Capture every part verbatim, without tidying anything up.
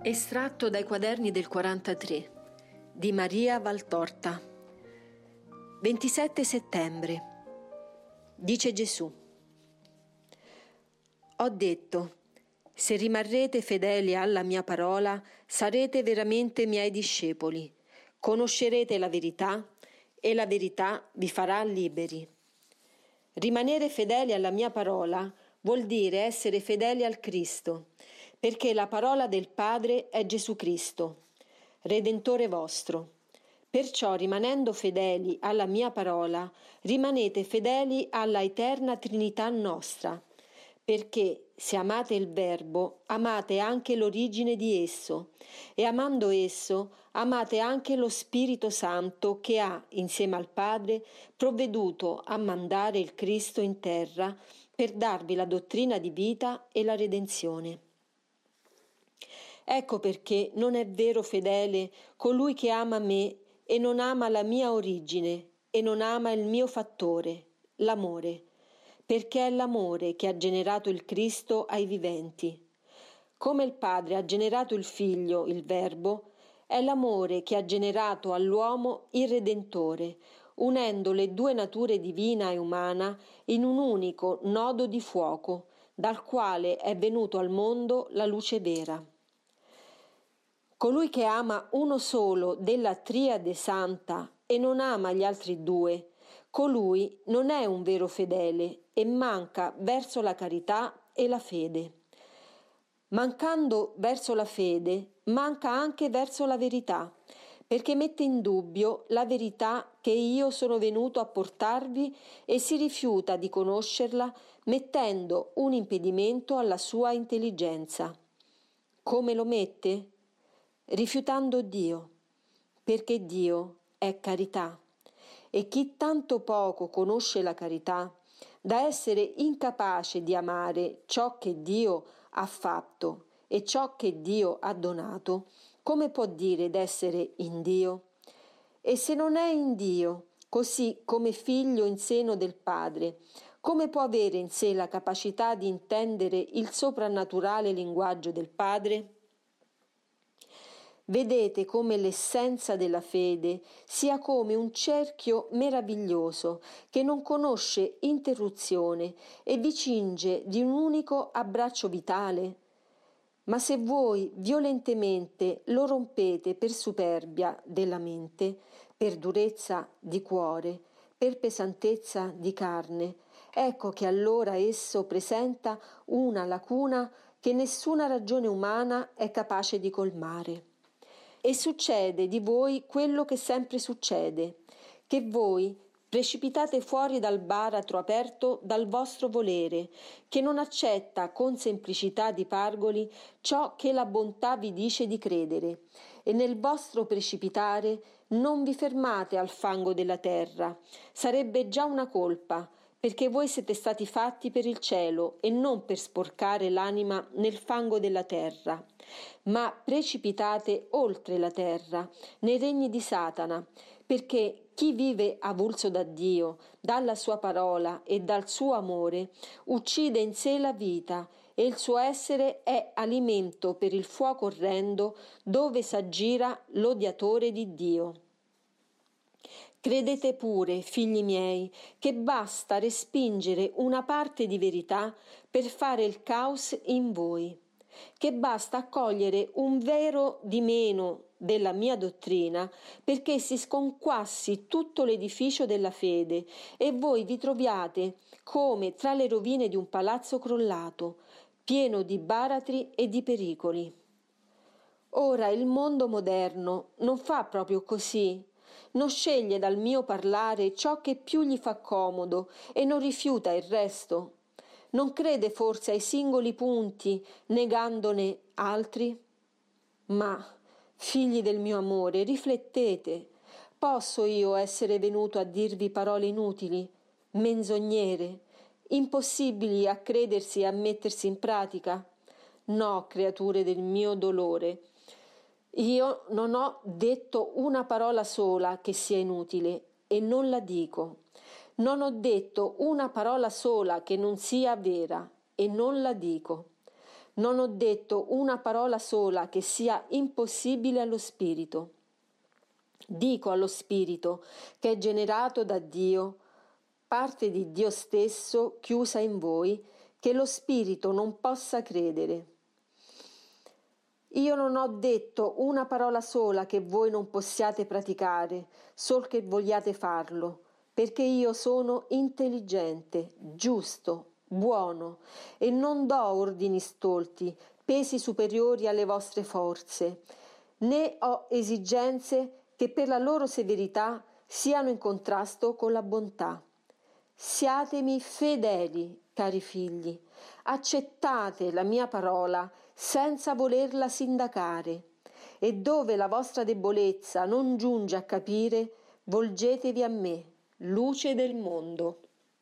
Estratto dai quaderni del quarantatré di Maria Valtorta. ventisette settembre. Dice Gesù: ho detto, se rimarrete fedeli alla mia parola, sarete veramente miei discepoli, conoscerete la verità e la verità vi farà liberi. Rimanere fedeli alla mia parola vuol dire essere fedeli al Cristo, perché la parola del Padre è Gesù Cristo, Redentore vostro. Perciò, rimanendo fedeli alla mia parola, rimanete fedeli alla eterna Trinità nostra, perché se amate il Verbo, amate anche l'origine di esso, e amando esso, amate anche lo Spirito Santo che ha, insieme al Padre, provveduto a mandare il Cristo in terra per darvi la dottrina di vita e la redenzione. Ecco perché non è vero fedele colui che ama me e non ama la mia origine e non ama il mio fattore, l'amore, perché è l'amore che ha generato il Cristo ai viventi. Come il Padre ha generato il Figlio, il Verbo, è l'amore che ha generato all'uomo il Redentore, unendo le due nature divina e umana in un unico nodo di fuoco, dal quale è venuto al mondo la luce vera. Colui che ama uno solo della Triade Santa e non ama gli altri due, colui non è un vero fedele e manca verso la carità e la fede. Mancando verso la fede, manca anche verso la verità, perché mette in dubbio la verità che io sono venuto a portarvi e si rifiuta di conoscerla, mettendo un impedimento alla sua intelligenza. Come lo mette? Rifiutando Dio, perché Dio è carità, e chi tanto poco conosce la carità, da essere incapace di amare ciò che Dio ha fatto e ciò che Dio ha donato, come può dire d'essere in Dio? E se non è in Dio, così come figlio in seno del Padre, come può avere in sé la capacità di intendere il soprannaturale linguaggio del Padre? Vedete come l'essenza della fede sia come un cerchio meraviglioso che non conosce interruzione e vi cinge di un unico abbraccio vitale. Ma se voi violentemente lo rompete per superbia della mente, per durezza di cuore, per pesantezza di carne, ecco che allora esso presenta una lacuna che nessuna ragione umana è capace di colmare. E succede di voi quello che sempre succede, che voi precipitate fuori dal baratro aperto dal vostro volere, che non accetta con semplicità di pargoli ciò che la bontà vi dice di credere, e nel vostro precipitare non vi fermate al fango della terra. Sarebbe già una colpa, perché voi siete stati fatti per il cielo e non per sporcare l'anima nel fango della terra, ma precipitate oltre la terra, nei regni di Satana, perché chi vive avulso da Dio, dalla sua parola e dal suo amore, uccide in sé la vita e il suo essere è alimento per il fuoco orrendo dove s'aggira l'odiatore di Dio. Credete pure, figli miei, che basta respingere una parte di verità per fare il caos in voi, che basta accogliere un vero di meno della mia dottrina perché si sconquassi tutto l'edificio della fede e voi vi troviate come tra le rovine di un palazzo crollato, pieno di baratri e di pericoli. Ora il mondo moderno non fa proprio così. Non sceglie dal mio parlare ciò che più gli fa comodo e non rifiuta il resto. Non crede forse ai singoli punti, negandone altri? Ma, figli del mio amore, riflettete. Posso io essere venuto a dirvi parole inutili, menzognere, impossibili a credersi e a mettersi in pratica? No, creature del mio dolore. Io non ho detto una parola sola che sia inutile e non la dico. Non ho detto una parola sola che non sia vera e non la dico. Non ho detto una parola sola che sia impossibile allo spirito. Dico allo spirito che è generato da Dio, parte di Dio stesso chiusa in voi, che lo spirito non possa credere. Io non ho detto una parola sola che voi non possiate praticare, sol che vogliate farlo, perché io sono intelligente, giusto, buono, e non do ordini stolti, pesi superiori alle vostre forze, né ho esigenze che per la loro severità siano in contrasto con la bontà. Siatemi fedeli, cari figli, accettate la mia parola senza volerla sindacare, e dove la vostra debolezza non giunge a capire, volgetevi a me, luce del mondo.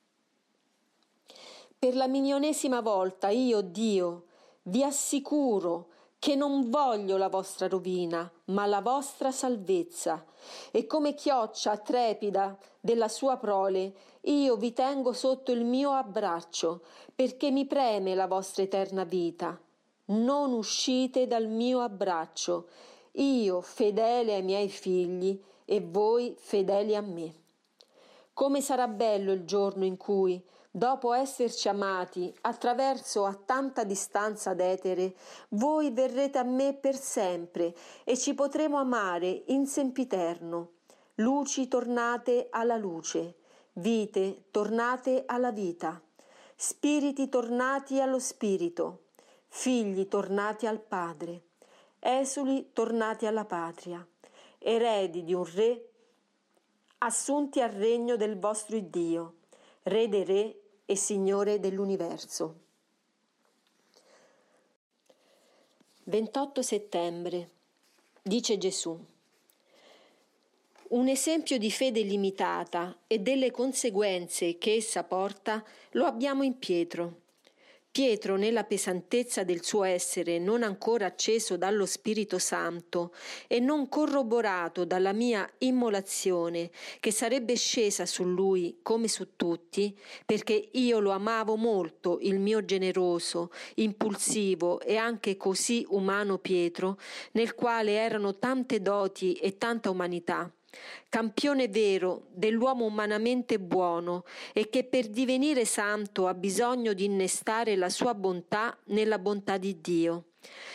Per la milionesima volta io, Dio, vi assicuro che non voglio la vostra rovina, ma la vostra salvezza, e come chioccia trepida della sua prole, io vi tengo sotto il mio abbraccio, perché mi preme la vostra eterna vita. Non uscite dal mio abbraccio, io fedele ai miei figli e voi fedeli a me. Come sarà bello il giorno in cui, dopo esserci amati attraverso a tanta distanza d'etere, voi verrete a me per sempre e ci potremo amare in sempiterno. Luci tornate alla luce, vite tornate alla vita, spiriti tornati allo spirito, figli tornati al Padre, esuli tornati alla patria, eredi di un re assunti al regno del vostro Dio, Re dei re e Signore dell'universo. ventotto settembre. Dice Gesù: un esempio di fede limitata e delle conseguenze che essa porta lo abbiamo in Pietro. Pietro, nella pesantezza del suo essere non ancora acceso dallo Spirito Santo e non corroborato dalla mia immolazione, che sarebbe scesa su lui come su tutti, perché io lo amavo molto, il mio generoso, impulsivo e anche così umano Pietro, nel quale erano tante doti e tanta umanità, campione vero dell'uomo umanamente buono e che per divenire santo ha bisogno di innestare la sua bontà nella bontà di Dio.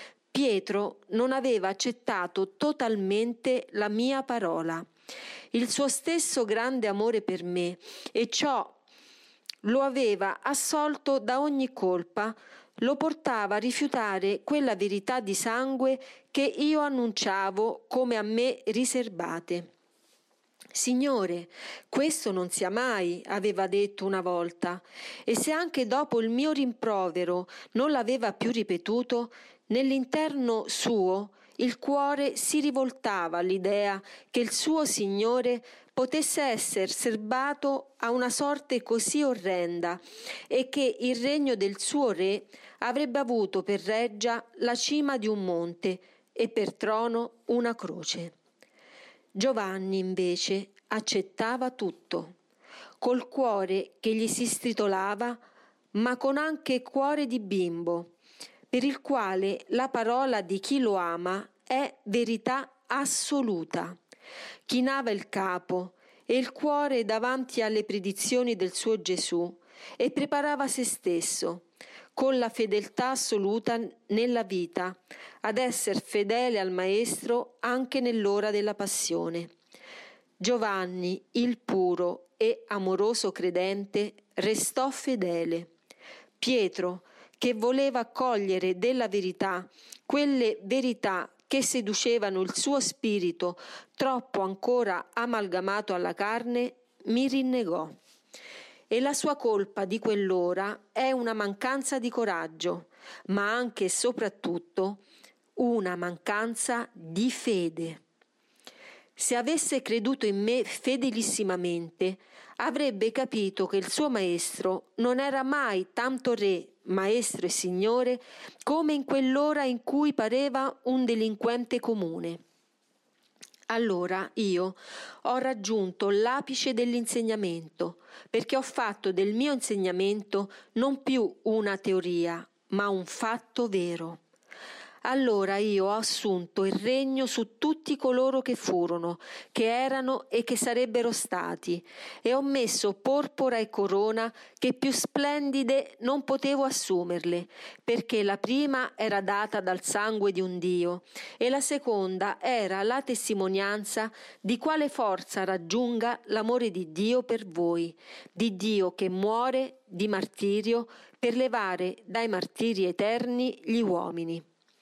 Pietro non aveva accettato totalmente la mia parola, il suo stesso grande amore per me, e ciò lo aveva assolto da ogni colpa, lo portava a rifiutare quella verità di sangue che io annunciavo come a me riservate. Signore, questo non sia mai, aveva detto una volta, e se anche dopo il mio rimprovero non l'aveva più ripetuto, nell'interno suo il cuore si rivoltava all'idea che il suo Signore potesse essere serbato a una sorte così orrenda e che il regno del suo re avrebbe avuto per reggia la cima di un monte e per trono una croce. Giovanni invece accettava tutto, col cuore che gli si stritolava, ma con anche cuore di bimbo, per il quale la parola di chi lo ama è verità assoluta. Chinava il capo e il cuore davanti alle predizioni del suo Gesù e preparava se stesso, con la fedeltà assoluta nella vita, ad essere fedele al Maestro anche nell'ora della passione. Giovanni, il puro e amoroso credente, restò fedele. Pietro, che voleva accogliere della verità quelle verità che seducevano il suo spirito troppo ancora amalgamato alla carne, mi rinnegò. E la sua colpa di quell'ora è una mancanza di coraggio, ma anche e soprattutto una mancanza di fede. Se avesse creduto in me fedelissimamente, avrebbe capito che il suo maestro non era mai tanto re, maestro e signore, come in quell'ora in cui pareva un delinquente comune. Allora io ho raggiunto l'apice dell'insegnamento, perché ho fatto del mio insegnamento non più una teoria, ma un fatto vero. Allora io ho assunto il regno su tutti coloro che furono, che erano e che sarebbero stati, e ho messo porpora e corona che più splendide non potevo assumerle, perché la prima era data dal sangue di un Dio, e la seconda era la testimonianza di quale forza raggiunga l'amore di Dio per voi, di Dio che muore di martirio per levare dai martiri eterni gli uomini.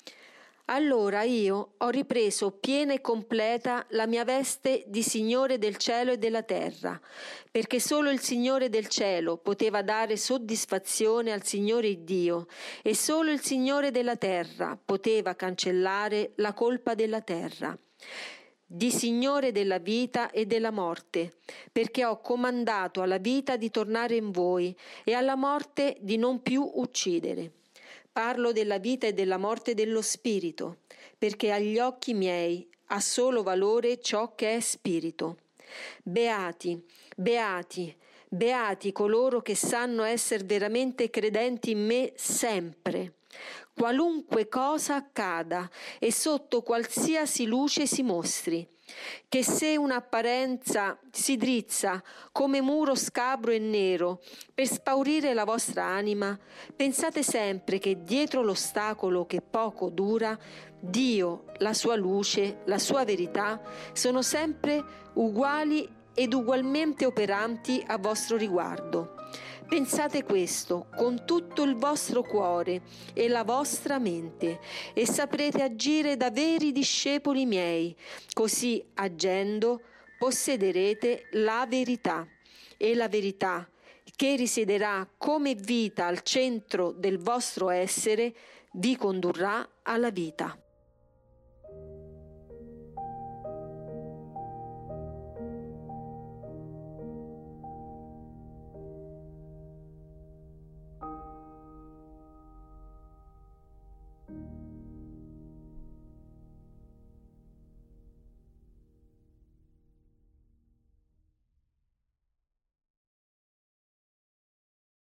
Allora io ho ripreso piena e completa la mia veste di Signore del cielo e della terra, perché solo il Signore del cielo poteva dare soddisfazione al Signore Dio, e solo il Signore della terra poteva cancellare la colpa della terra. Di Signore della vita e della morte, perché ho comandato alla vita di tornare in voi e alla morte di non più uccidere. Parlo della vita e della morte dello spirito, perché agli occhi miei ha solo valore ciò che è spirito. Beati, beati, beati coloro che sanno essere veramente credenti in me sempre. Qualunque cosa accada e sotto qualsiasi luce si mostri, che se un'apparenza si drizza come muro scabro e nero per spaurire la vostra anima, pensate sempre che dietro l'ostacolo che poco dura, Dio, la sua luce, la sua verità sono sempre uguali ed ugualmente operanti a vostro riguardo. Pensate questo con tutto il vostro cuore e la vostra mente, e saprete agire da veri discepoli miei, così agendo possederete la verità, e la verità, che risiederà come vita al centro del vostro essere, vi condurrà alla vita.